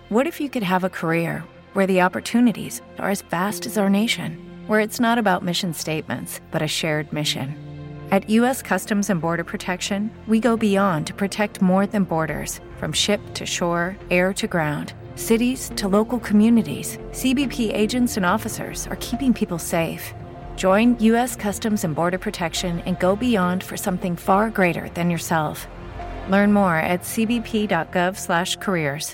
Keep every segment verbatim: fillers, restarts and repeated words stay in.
What if you could have a career where the opportunities are as vast as our nation, where it's not about mission statements, but a shared mission? At U S Customs and Border Protection, we go beyond to protect more than borders. From ship to shore, air to ground, cities to local communities, C B P agents and officers are keeping people safe. Join U S Customs and Border Protection and go beyond for something far greater than yourself. Learn more at c b p dot gov slash careers.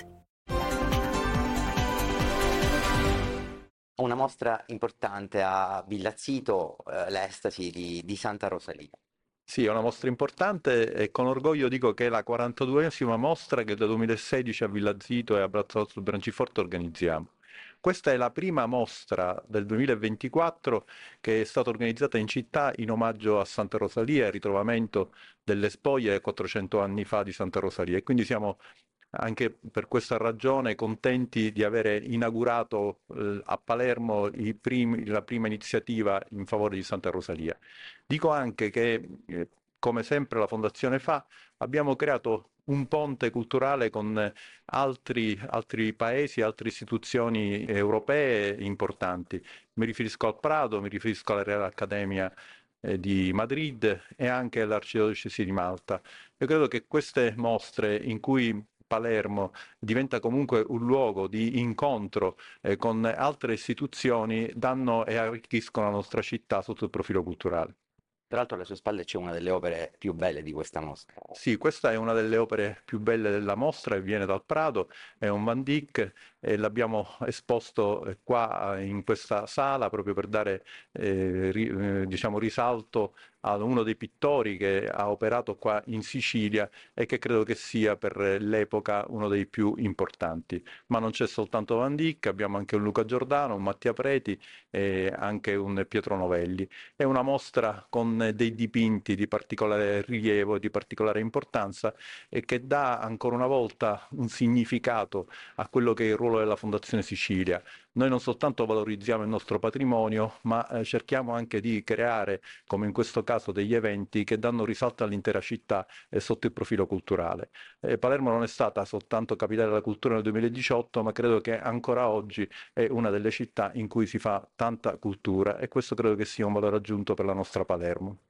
Una mostra importante a Villazzito, eh, l'Estasi di, di Santa Rosalia. Sì, è una mostra importante e con orgoglio dico che è la quarantaduesima mostra che dal duemilasedici a Villazzito e a Brazzo sul Branciforte organizziamo. Questa è la prima mostra del duemilaventiquattro che è stata organizzata in città in omaggio a Santa Rosalia, il ritrovamento delle spoglie quattrocento anni fa di Santa Rosalia, e quindi siamo anche per questa ragione contenti di avere inaugurato eh, a Palermo i primi, la prima iniziativa in favore di Santa Rosalia. Dico anche che, eh, come sempre la Fondazione fa, abbiamo creato un ponte culturale con altri, altri paesi, altre istituzioni europee importanti. Mi riferisco al Prado, mi riferisco alla Reale Accademia eh, di Madrid e anche all'Arcidiocesi di Malta. Io credo che queste mostre in cui Palermo diventa comunque un luogo di incontro eh, con altre istituzioni danno e arricchiscono la nostra città sotto il profilo culturale. Tra l'altro alle sue spalle c'è una delle opere più belle di questa mostra. Sì, questa è una delle opere più belle della mostra e viene dal Prado, è un Van Dyck e l'abbiamo esposto eh, qua in questa sala proprio per dare eh, ri, eh, diciamo, risalto a uno dei pittori che ha operato qua in Sicilia e che credo che sia per l'epoca uno dei più importanti. Ma non c'è soltanto Van Dyck, abbiamo anche un Luca Giordano, un Mattia Preti e anche un Pietro Novelli. È una mostra con dei dipinti di particolare rilievo, di particolare importanza e che dà ancora una volta un significato a quello che è il ruolo della Fondazione Sicilia. Noi non soltanto valorizziamo il nostro patrimonio, ma eh, cerchiamo anche di creare, come in questo caso, degli eventi che danno risalto all'intera città eh, sotto il profilo culturale. Eh, Palermo non è stata soltanto capitale della cultura nel duemiladiciotto, ma credo che ancora oggi è una delle città in cui si fa tanta cultura e questo credo che sia un valore aggiunto per la nostra Palermo.